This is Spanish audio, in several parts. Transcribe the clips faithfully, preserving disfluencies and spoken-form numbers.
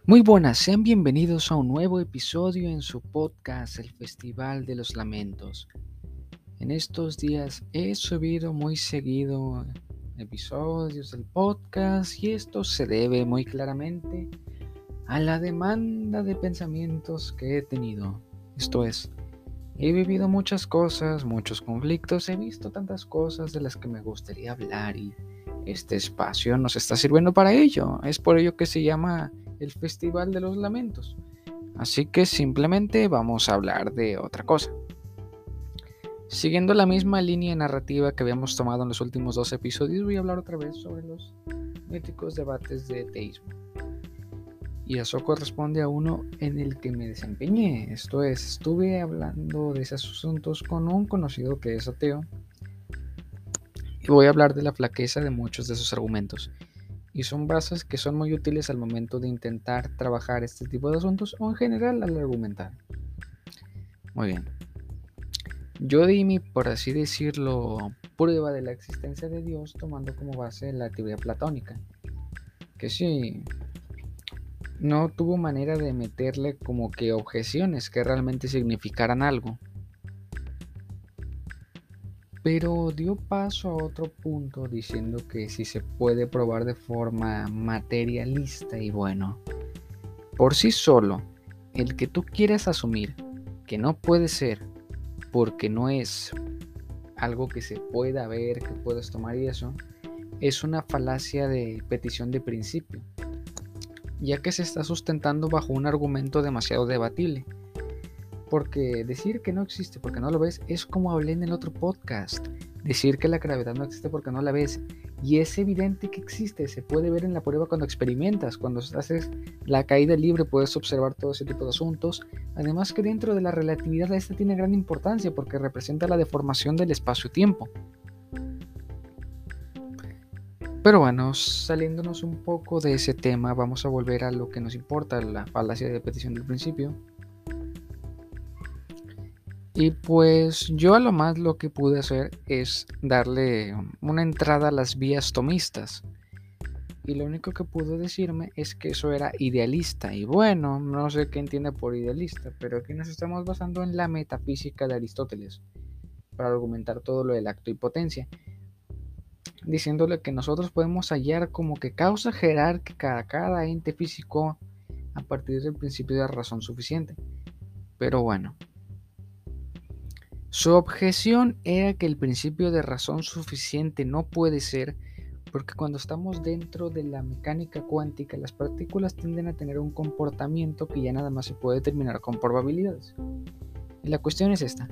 Muy buenas, sean bienvenidos a un nuevo episodio en su podcast El Festival de los Lamentos. En estos días he subido muy seguido episodios del podcast y esto se debe muy claramente a la demanda de pensamientos que he tenido. Esto es, he vivido muchas cosas, muchos conflictos, he visto tantas cosas de las que me gustaría hablar y este espacio nos está sirviendo para ello. Es por ello que se llama el Festival de los Lamentos. Así que simplemente vamos a hablar de otra cosa. Siguiendo la misma línea narrativa que habíamos tomado en los últimos dos episodios, voy a hablar otra vez sobre los míticos debates de teísmo. Y eso corresponde a uno en el que me desempeñé. Esto es, estuve hablando de esos asuntos con un conocido que es ateo. Y voy a hablar de la flaqueza de muchos de sus argumentos. Y son bases que son muy útiles al momento de intentar trabajar este tipo de asuntos o en general al argumentar. Muy bien. Yo di mi, por así decirlo, prueba de la existencia de Dios tomando como base la teoría platónica. Que sí, no tuvo manera de meterle como que objeciones que realmente significaran algo. Pero dio paso a otro punto diciendo que si se puede probar de forma materialista y bueno, por sí solo, el que tú quieras asumir que no puede ser porque no es algo que se pueda ver, que puedas tomar y eso, es una falacia de petición de principio, ya que se está sustentando bajo un argumento demasiado debatible. Porque decir que no existe porque no lo ves es como hablé en el otro podcast. Decir que la gravedad no existe porque no la ves. Y es evidente que existe, se puede ver en la prueba cuando experimentas, cuando haces la caída libre puedes observar todo ese tipo de asuntos. Además que dentro de la relatividad esta tiene gran importancia porque representa la deformación del espacio-tiempo. Pero bueno, saliéndonos un poco de ese tema, vamos a volver a lo que nos importa, la falacia de petición del principio. Y pues yo a lo más lo que pude hacer es darle una entrada a las vías tomistas. Y lo único que pudo decirme es que eso era idealista. Y bueno, no sé qué entiende por idealista, pero aquí nos estamos basando en la metafísica de Aristóteles para argumentar todo lo del acto y potencia, diciéndole que nosotros podemos hallar como que causa jerárquica a cada ente físico a partir del principio de razón suficiente. Pero bueno, su objeción era que el principio de razón suficiente no puede ser porque cuando estamos dentro de la mecánica cuántica las partículas tienden a tener un comportamiento que ya nada más se puede determinar con probabilidades. Y la cuestión es esta.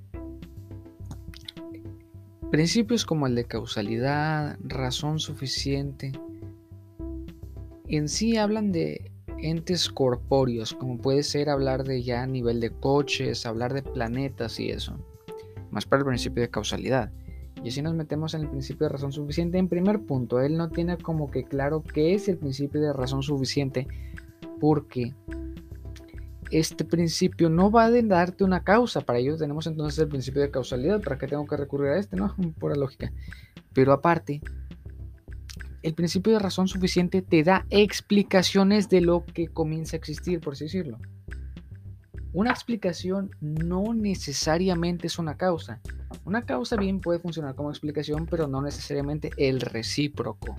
Principios como el de causalidad, razón suficiente, en sí hablan de entes corpóreos, como puede ser hablar de ya a nivel de coches, hablar de planetas y eso. Más para el principio de causalidad. Y así nos metemos en el principio de razón suficiente. En primer punto, él no tiene como que claro qué es el principio de razón suficiente, porque este principio no va a darte una causa. Para ello tenemos entonces el principio de causalidad. ¿Para qué tengo que recurrir a este? No, pura lógica. Pero aparte, el principio de razón suficiente te da explicaciones de lo que comienza a existir, por así decirlo. Una explicación no necesariamente es una causa. Una causa bien puede funcionar como explicación, pero no necesariamente el recíproco.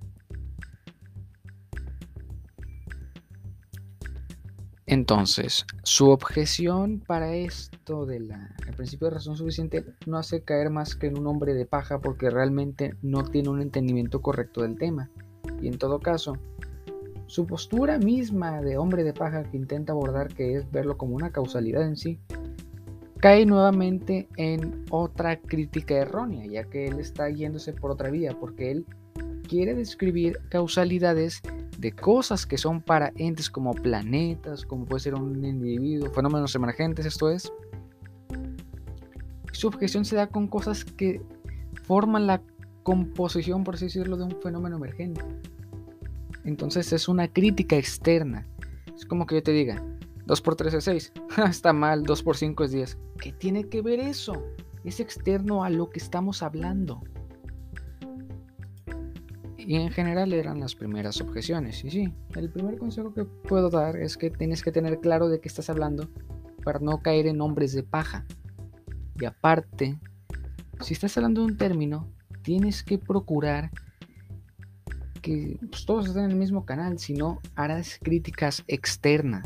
Entonces, su objeción para esto del principio de razón suficiente no hace caer más que en un hombre de paja porque realmente no tiene un entendimiento correcto del tema. Y en todo caso, su postura misma de hombre de paja que intenta abordar, que es verlo como una causalidad en sí, cae nuevamente en otra crítica errónea, ya que él está yéndose por otra vía, porque él quiere describir causalidades de cosas que son para entes como planetas, como puede ser un individuo, fenómenos emergentes, esto es. Su objeción se da con cosas que forman la composición, por así decirlo, de un fenómeno emergente. Entonces es una crítica externa. Es como que yo te diga, dos por tres es seis. Está mal, dos por cinco es diez. ¿Qué tiene que ver eso? Es externo a lo que estamos hablando. Y en general eran las primeras objeciones. Y sí, el primer consejo que puedo dar es que tienes que tener claro de qué estás hablando para no caer en nombres de paja. Y aparte, si estás hablando de un término, tienes que procurar que pues, todos estén en el mismo canal, si no harás críticas externas.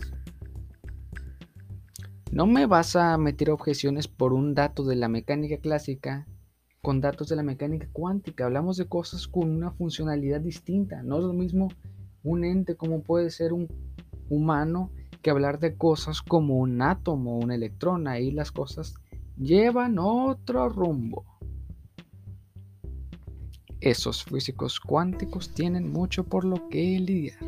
No me vas a meter objeciones por un dato de la mecánica clásica con datos de la mecánica cuántica. Hablamos de cosas con una funcionalidad distinta. No es lo mismo un ente como puede ser un humano que hablar de cosas como un átomo o un electrón. Ahí las cosas llevan otro rumbo. Esos físicos cuánticos tienen mucho por lo que lidiar.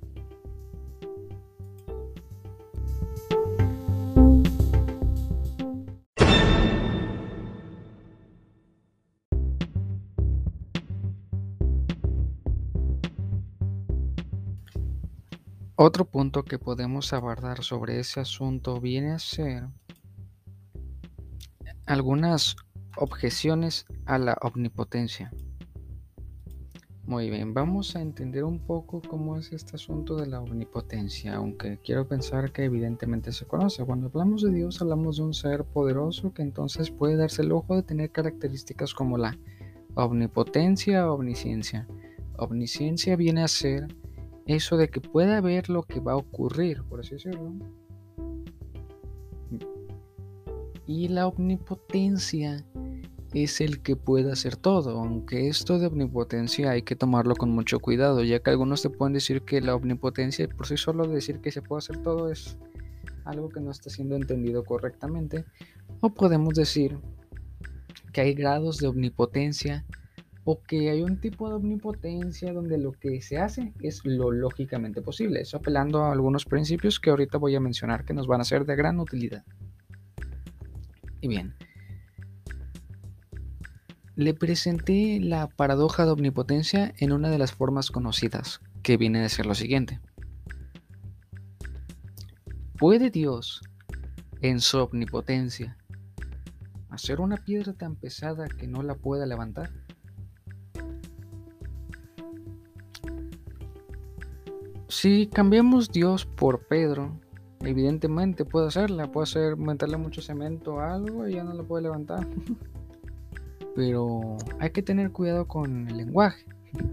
Otro punto que podemos abordar sobre ese asunto viene a ser algunas objeciones a la omnipotencia. Muy bien, vamos a entender un poco cómo es este asunto de la omnipotencia, aunque quiero pensar que evidentemente se conoce. Cuando hablamos de Dios, hablamos de un ser poderoso que entonces puede darse el lujo de tener características como la omnipotencia o omnisciencia. Omnisciencia viene a ser eso de que pueda ver lo que va a ocurrir, por así decirlo. Y la omnipotencia es el que puede hacer todo, aunque esto de omnipotencia hay que tomarlo con mucho cuidado, ya que algunos te pueden decir que la omnipotencia por sí solo decir que se puede hacer todo es algo que no está siendo entendido correctamente, o podemos decir que hay grados de omnipotencia o que hay un tipo de omnipotencia donde lo que se hace es lo lógicamente posible, eso apelando a algunos principios que ahorita voy a mencionar que nos van a ser de gran utilidad. Y bien, le presenté la paradoja de omnipotencia en una de las formas conocidas, que viene a ser lo siguiente. ¿Puede Dios, en su omnipotencia, hacer una piedra tan pesada que no la pueda levantar? Si cambiamos Dios por Pedro, evidentemente puede hacerla, puede hacer meterle mucho cemento a algo y ya no lo puede levantar. Pero hay que tener cuidado con el lenguaje.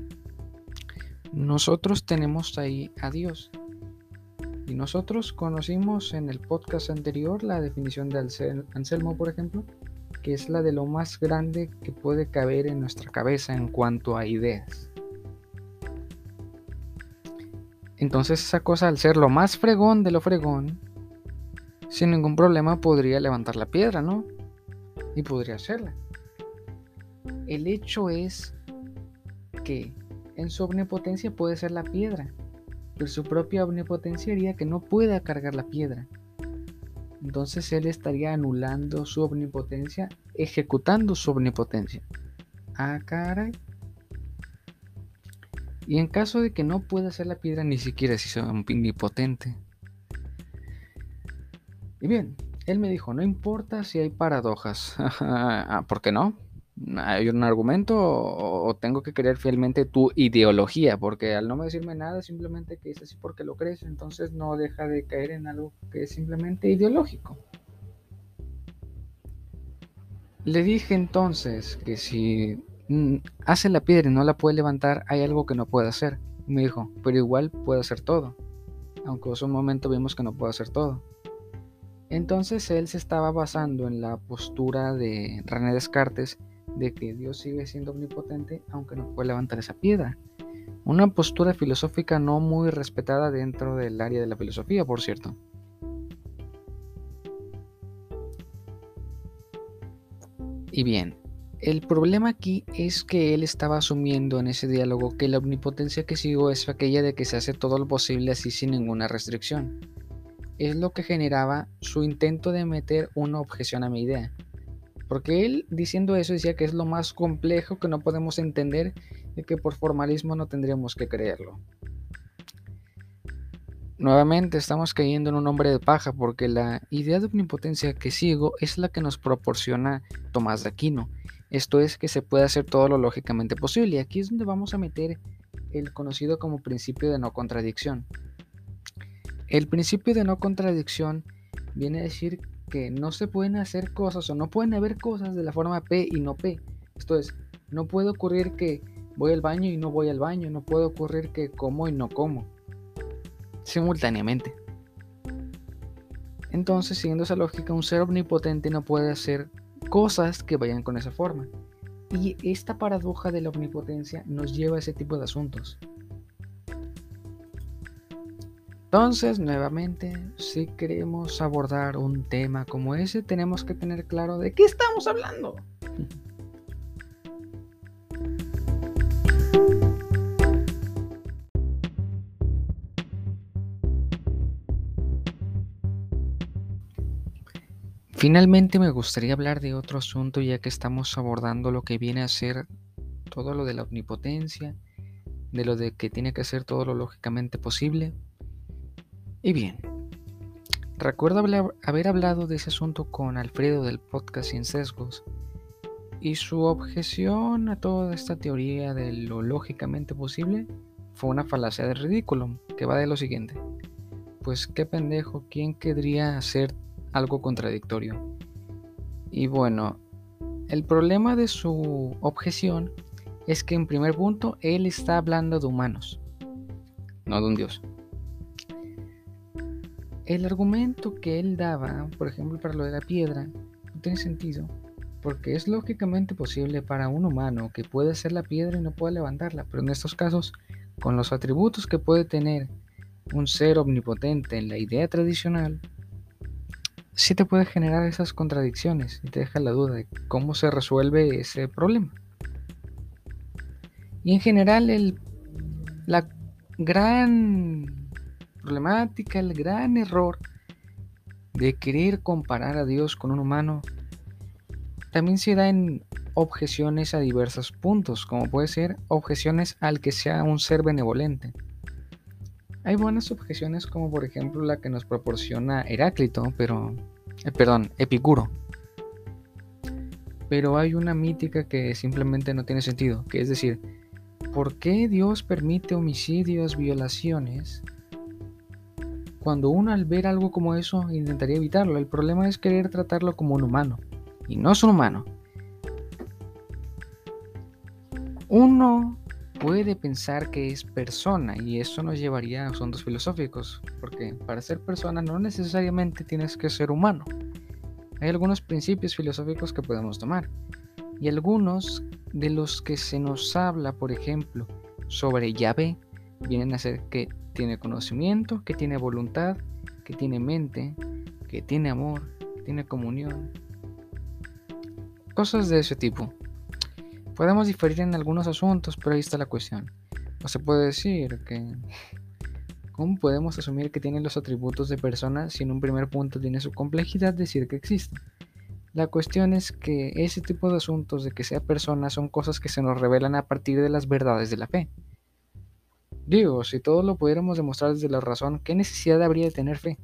Nosotros tenemos ahí a Dios. Y nosotros conocimos en el podcast anterior la definición de Anselmo, por ejemplo, que es la de lo más grande que puede caber en nuestra cabeza en cuanto a ideas. Entonces esa cosa, al ser lo más fregón de lo fregón, sin ningún problema podría levantar la piedra, ¿no? Y podría hacerla. El hecho es que en su omnipotencia puede ser la piedra, pero su propia omnipotencia haría que no pueda cargar la piedra. Entonces él estaría anulando su omnipotencia, ejecutando su omnipotencia. Ah, caray. Y en caso de que no pueda hacer la piedra, ni siquiera si sea omnipotente. Y bien, él me dijo, no importa si hay paradojas. ¿Por qué no? ¿Hay un argumento o tengo que creer fielmente tu ideología? Porque al no me decirme nada, simplemente que es así porque lo crees, entonces no deja de caer en algo que es simplemente ideológico. Le dije entonces que si hace la piedra y no la puede levantar, hay algo que no puede hacer. Y me dijo, pero igual puede hacer todo. Aunque en un momento vimos que no puede hacer todo. Entonces él se estaba basando en la postura de René Descartes de que Dios sigue siendo omnipotente aunque no puede levantar esa piedra. Una postura filosófica no muy respetada dentro del área de la filosofía, por cierto. Y bien, el problema aquí es que él estaba asumiendo en ese diálogo que la omnipotencia que sigo es aquella de que se hace todo lo posible así sin ninguna restricción. Es lo que generaba su intento de meter una objeción a mi idea. Porque él diciendo eso decía que es lo más complejo, que no podemos entender y que por formalismo no tendríamos que creerlo. Nuevamente estamos cayendo en un hombre de paja porque la idea de omnipotencia que sigo es la que nos proporciona Tomás de Aquino. Esto es que se puede hacer todo lo lógicamente posible. Y aquí es donde vamos a meter el conocido como principio de no contradicción. El principio de no contradicción viene a decir que no se pueden hacer cosas o no pueden haber cosas de la forma P y no P. Esto es, no puede ocurrir que voy al baño y no voy al baño, no puede ocurrir que como y no como simultáneamente. Entonces, siguiendo esa lógica, un ser omnipotente no puede hacer cosas que vayan con esa forma. Y esta paradoja de la omnipotencia nos lleva a ese tipo de asuntos. Entonces, nuevamente, si queremos abordar un tema como ese, tenemos que tener claro de qué estamos hablando. Finalmente me gustaría hablar de otro asunto, ya que estamos abordando lo que viene a ser todo lo de la omnipotencia, de lo de que tiene que hacer todo lo lógicamente posible. Y bien, recuerdo hablar, haber hablado de ese asunto con Alfredo del podcast Sin Sesgos, y su objeción a toda esta teoría de lo lógicamente posible fue una falacia de ridículo, que va de lo siguiente: pues qué pendejo, ¿quién querría hacer algo contradictorio? Y bueno, el problema de su objeción es que en primer punto él está hablando de humanos, no de un dios. El argumento que él daba, por ejemplo, para lo de la piedra, no tiene sentido, porque es lógicamente posible para un humano que puede hacer la piedra y no puede levantarla, pero en estos casos, con los atributos que puede tener un ser omnipotente en la idea tradicional, sí te puede generar esas contradicciones y te deja la duda de cómo se resuelve ese problema. Y en general el, la gran problemática, el gran error de querer comparar a Dios con un humano también se da en objeciones a diversos puntos, como puede ser objeciones al que sea un ser benevolente. Hay buenas objeciones como por ejemplo la que nos proporciona Heráclito, pero eh, perdón, Epicuro. Pero hay una mítica que simplemente no tiene sentido, que es decir, ¿por qué Dios permite homicidios, violaciones, cuando uno al ver algo como eso intentaría evitarlo? El problema es querer tratarlo como un humano, y no es un humano. Uno puede pensar que es persona, y eso nos llevaría a asuntos filosóficos, porque para ser persona no necesariamente tienes que ser humano. Hay algunos principios filosóficos que podemos tomar, y algunos de los que se nos habla, por ejemplo, sobre Yahvé, vienen a ser que tiene conocimiento, que tiene voluntad, que tiene mente, que tiene amor, que tiene comunión, cosas de ese tipo. Podemos diferir en algunos asuntos, pero ahí está la cuestión. No se puede decir que... ¿Cómo podemos asumir que tiene los atributos de persona si en un primer punto tiene su complejidad decir que existe? La cuestión es que ese tipo de asuntos de que sea persona son cosas que se nos revelan a partir de las verdades de la fe. Digo, si todo lo pudiéramos demostrar desde la razón, ¿qué necesidad habría de tener fe?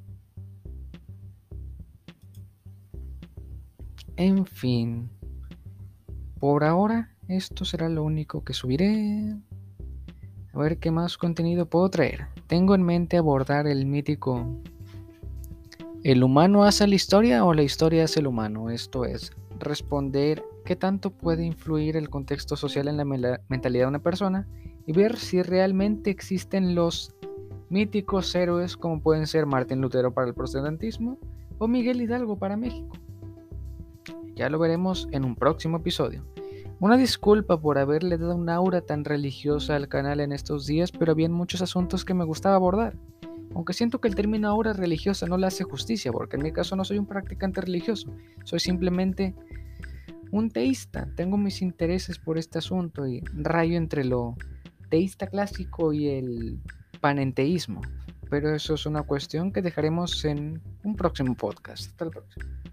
En fin, por ahora esto será lo único que subiré. A ver qué más contenido puedo traer. Tengo en mente abordar el mítico ¿el humano hace la historia o la historia hace el humano? Esto es, responder qué tanto puede influir el contexto social en la me- mentalidad de una persona y ver si realmente existen los míticos héroes como pueden ser Martín Lutero para el protestantismo o Miguel Hidalgo para México. Ya lo veremos en un próximo episodio. Una disculpa por haberle dado un aura tan religiosa al canal en estos días, pero había muchos asuntos que me gustaba abordar. Aunque siento que el término aura religiosa no le hace justicia, porque en mi caso no soy un practicante religioso, soy simplemente un teísta. Tengo mis intereses por este asunto y rayo entre lo teísta clásico y el panenteísmo. Pero eso es una cuestión que dejaremos en un próximo podcast. Hasta el próximo.